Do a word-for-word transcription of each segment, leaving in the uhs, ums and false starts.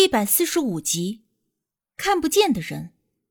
一百四十五集，看不见的人。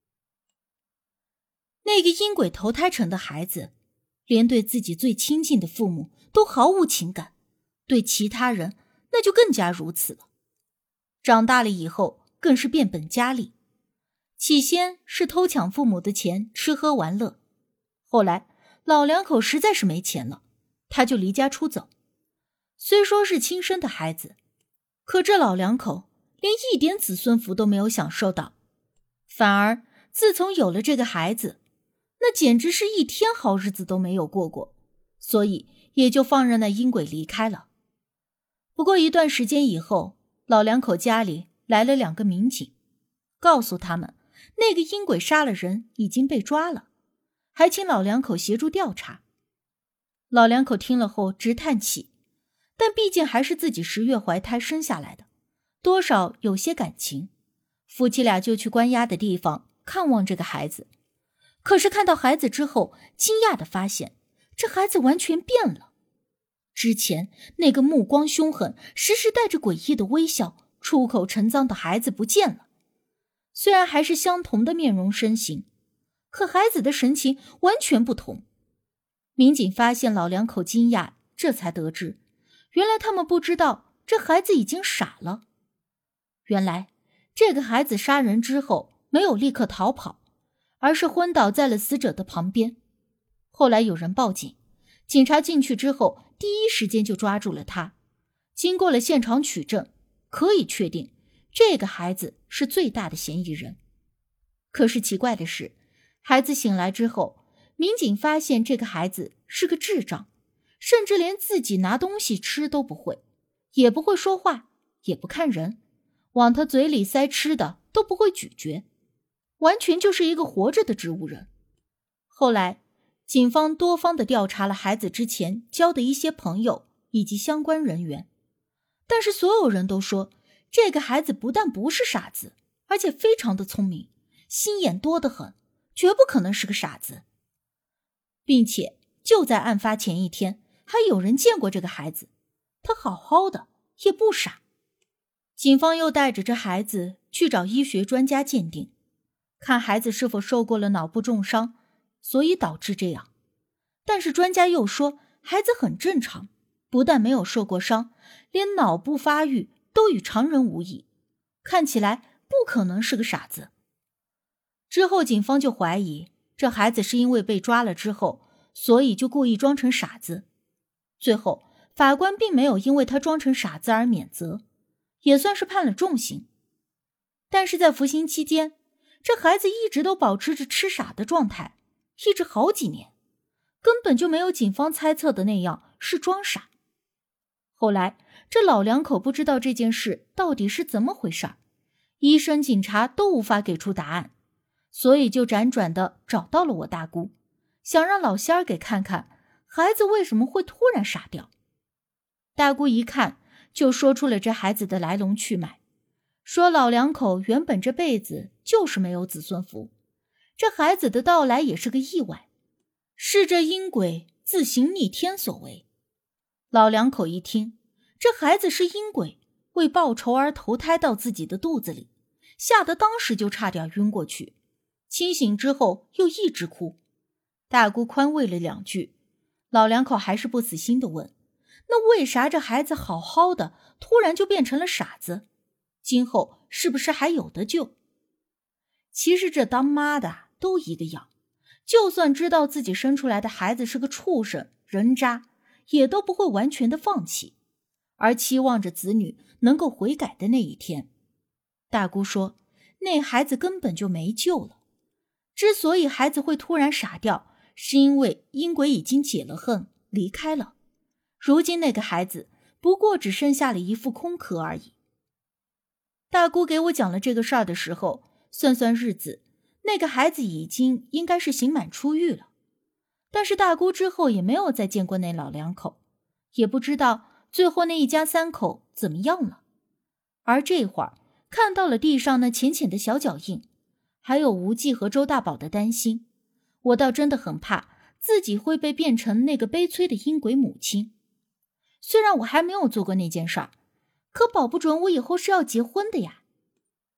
那个阴鬼投胎成的孩子，连对自己最亲近的父母都毫无情感，对其他人那就更加如此了。长大了以后更是变本加厉，起先是偷抢父母的钱吃喝玩乐，后来老两口实在是没钱了，他就离家出走。虽说是亲生的孩子，可这老两口连一点子孙福都没有享受到，反而自从有了这个孩子，那简直是一天好日子都没有过过，所以也就放任那阴鬼离开了。不过一段时间以后，老两口家里来了两个民警，告诉他们那个阴鬼杀了人，已经被抓了，还请老两口协助调查。老两口听了后直叹气，但毕竟还是自己十月怀胎生下来的，多少有些感情，夫妻俩就去关押的地方看望这个孩子。可是看到孩子之后，惊讶地发现这孩子完全变了。之前那个目光凶狠、时时带着诡异的微笑、出口成脏的孩子不见了。虽然还是相同的面容身形，可孩子的神情完全不同。民警发现老两口惊讶，这才得知原来他们不知道这孩子已经傻了。原来这个孩子杀人之后没有立刻逃跑，而是昏倒在了死者的旁边。后来有人报警，警察进去之后第一时间就抓住了他。经过了现场取证，可以确定这个孩子是最大的嫌疑人。可是奇怪的是，孩子醒来之后，民警发现这个孩子是个智障，甚至连自己拿东西吃都不会，也不会说话，也不看人，往他嘴里塞吃的都不会咀嚼，完全就是一个活着的植物人。后来警方多方的调查了孩子之前交的一些朋友以及相关人员，但是所有人都说这个孩子不但不是傻子，而且非常的聪明，心眼多得很，绝不可能是个傻子。并且就在案发前一天，还有人见过这个孩子，他好好的，也不傻。警方又带着这孩子去找医学专家鉴定，看孩子是否受过了脑部重伤，所以导致这样。但是专家又说孩子很正常，不但没有受过伤，连脑部发育都与常人无异，看起来不可能是个傻子。之后警方就怀疑这孩子是因为被抓了之后，所以就故意装成傻子。最后法官并没有因为他装成傻子而免责，也算是判了重刑。但是在服刑期间，这孩子一直都保持着痴傻的状态，一直好几年，根本就没有警方猜测的那样是装傻。后来这老两口不知道这件事到底是怎么回事，医生警察都无法给出答案，所以就辗转的找到了我大姑，想让老仙儿给看看孩子为什么会突然傻掉。大姑一看就说出了这孩子的来龙去脉，说老两口原本这辈子就是没有子孙福，这孩子的到来也是个意外，是这阴鬼自行逆天所为。老两口一听这孩子是阴鬼为报仇而投胎到自己的肚子里，吓得当时就差点晕过去，清醒之后又一直哭。大姑宽慰了两句，老两口还是不死心地问，那为啥这孩子好好的突然就变成了傻子？今后是不是还有得救？其实这当妈的都一个样，就算知道自己生出来的孩子是个畜生人渣，也都不会完全的放弃，而期望着子女能够悔改的那一天。大姑说那孩子根本就没救了，之所以孩子会突然傻掉，是因为阴鬼已经解了恨离开了，如今那个孩子不过只剩下了一副空壳而已。大姑给我讲了这个事儿的时候，算算日子，那个孩子已经应该是刑满出狱了。但是大姑之后也没有再见过那老两口，也不知道最后那一家三口怎么样了。而这会儿看到了地上那浅浅的小脚印，还有无忌和周大宝的担心，我倒真的很怕自己会被变成那个悲催的阴鬼母亲。虽然我还没有做过那件事儿，可保不准我以后是要结婚的呀。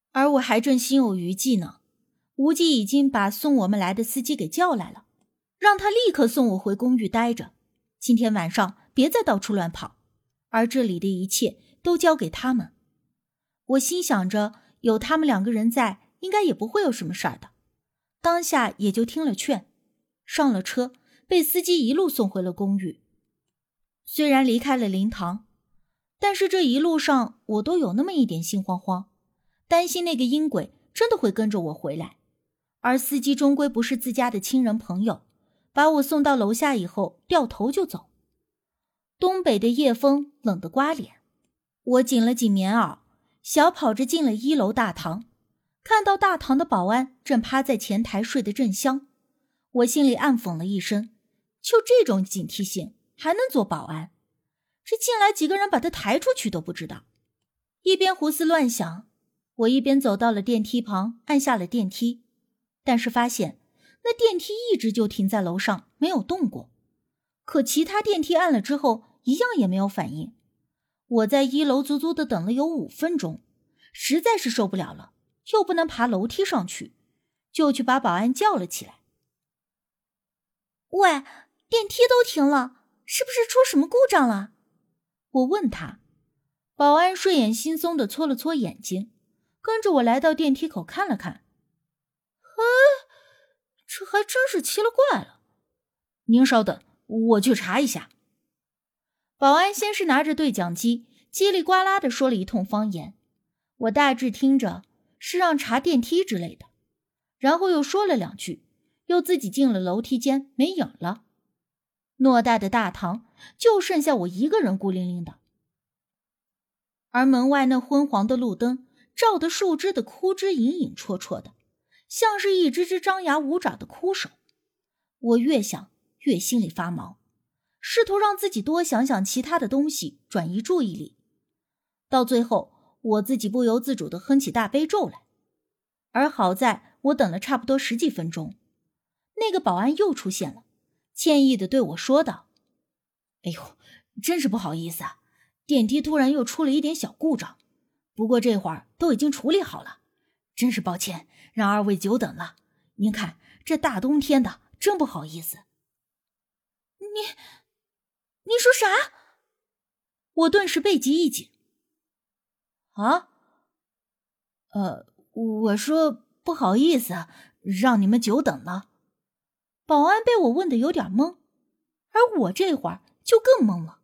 而我还正心有余悸呢，无忌已经把送我们来的司机给叫来了，让他立刻送我回公寓待着，今天晚上别再到处乱跑，而这里的一切都交给他们。我心想着有他们两个人在，应该也不会有什么事儿的，当下也就听了劝，上了车，被司机一路送回了公寓。虽然离开了灵堂，但是这一路上我都有那么一点心慌慌，担心那个阴鬼真的会跟着我回来，而司机终归不是自家的亲人朋友，把我送到楼下以后掉头就走。东北的夜风冷得刮脸，我紧了紧棉袄，小跑着进了一楼大堂，看到大堂的保安正趴在前台睡得正香，我心里暗讽了一声，就这种警惕性还能做保安？这进来几个人把他抬出去都不知道。一边胡思乱想，我一边走到了电梯旁，按下了电梯，但是发现那电梯一直就停在楼上，没有动过。可其他电梯按了之后，一样也没有反应。我在一楼足足的等了有五分钟，实在是受不了了，又不能爬楼梯上去，就去把保安叫了起来。喂，电梯都停了，是不是出什么故障了？我问他。保安睡眼惺忪地搓了搓眼睛，跟着我来到电梯口看了看。嘿，这还真是奇了怪了。您稍等，我去查一下。保安先是拿着对讲机叽里呱啦地说了一通方言，我大致听着是让查电梯之类的，然后又说了两句，又自己进了楼梯间，没影了。偌大的大堂就剩下我一个人孤零零的，而门外那昏黄的路灯照得树枝的枯枝隐隐绰绰的，像是一只只张牙舞爪的枯手。我越想越心里发毛，试图让自己多想想其他的东西，转移注意力。到最后，我自己不由自主地哼起大悲咒来。而好在我等了差不多十几分钟，那个保安又出现了，歉意地对我说道：哎呦，真是不好意思啊，电梯突然又出了一点小故障，不过这会儿都已经处理好了，真是抱歉让二位久等了，您看这大冬天的真不好意思。你你说啥？我顿时背脊一紧。啊？呃，我说不好意思让你们久等了。保安被我问得有点懵，而我这会儿就更懵了。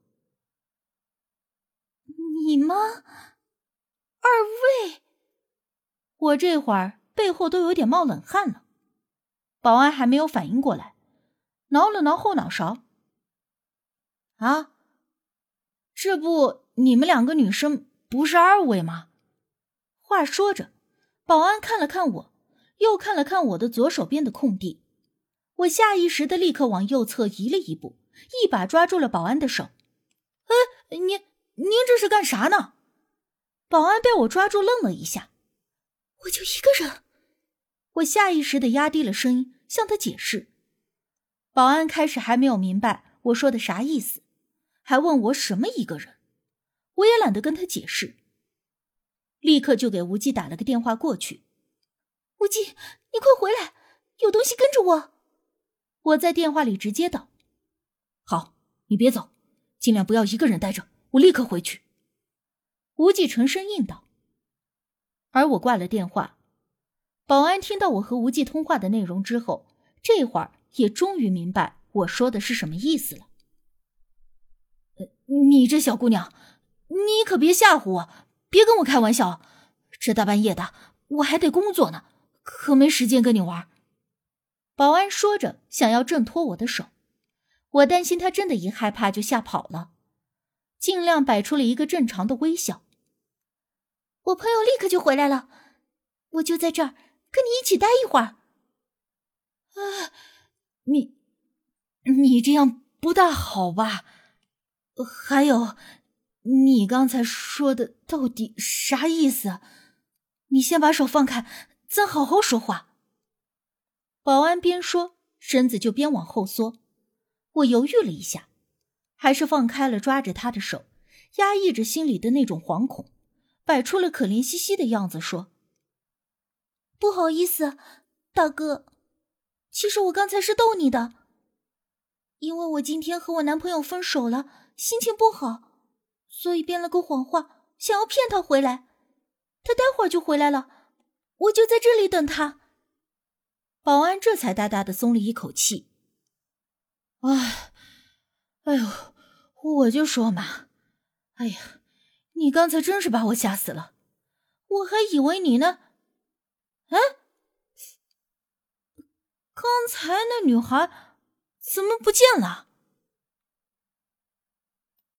你们二位？我这会儿背后都有点冒冷汗了。保安还没有反应过来，挠了挠后脑勺。啊，这不你们两个女生不是二位吗？话说着，保安看了看我，又看了看我的左手边的空地。我下意识地立刻往右侧移了一步，一把抓住了保安的手。哎，您您这是干啥呢？保安被我抓住愣了一下。我就一个人。我下意识地压低了声音向他解释。保安开始还没有明白我说的啥意思，还问我什么一个人。我也懒得跟他解释，立刻就给无忌打了个电话过去。无忌，你快回来，有东西跟着我。我在电话里直接道。好，你别走，尽量不要一个人待着，我立刻回去。无忌沉声应道。而我挂了电话。保安听到我和无忌通话的内容之后，这会儿也终于明白我说的是什么意思了。呃，你这小姑娘，你可别吓唬我，别跟我开玩笑，这大半夜的我还得工作呢，可没时间跟你玩。保安说着想要挣脱我的手，我担心他真的一害怕就吓跑了，尽量摆出了一个正常的微笑。我朋友立刻就回来了，我就在这儿跟你一起待一会儿。啊，你你这样不大好吧？还有，你刚才说的到底啥意思？你先把手放开，咱好好说话。保安边说，身子就边往后缩。我犹豫了一下，还是放开了抓着他的手，压抑着心里的那种惶恐，摆出了可怜兮兮的样子说： 不好意思，大哥，其实我刚才是逗你的，因为我今天和我男朋友分手了，心情不好，所以编了个谎话，想要骗他回来。他待会儿就回来了，我就在这里等他。保安这才大大的松了一口气。哎，哎呦，我就说嘛，哎呀，你刚才真是把我吓死了，我还以为你呢。哎，刚才那女孩怎么不见了？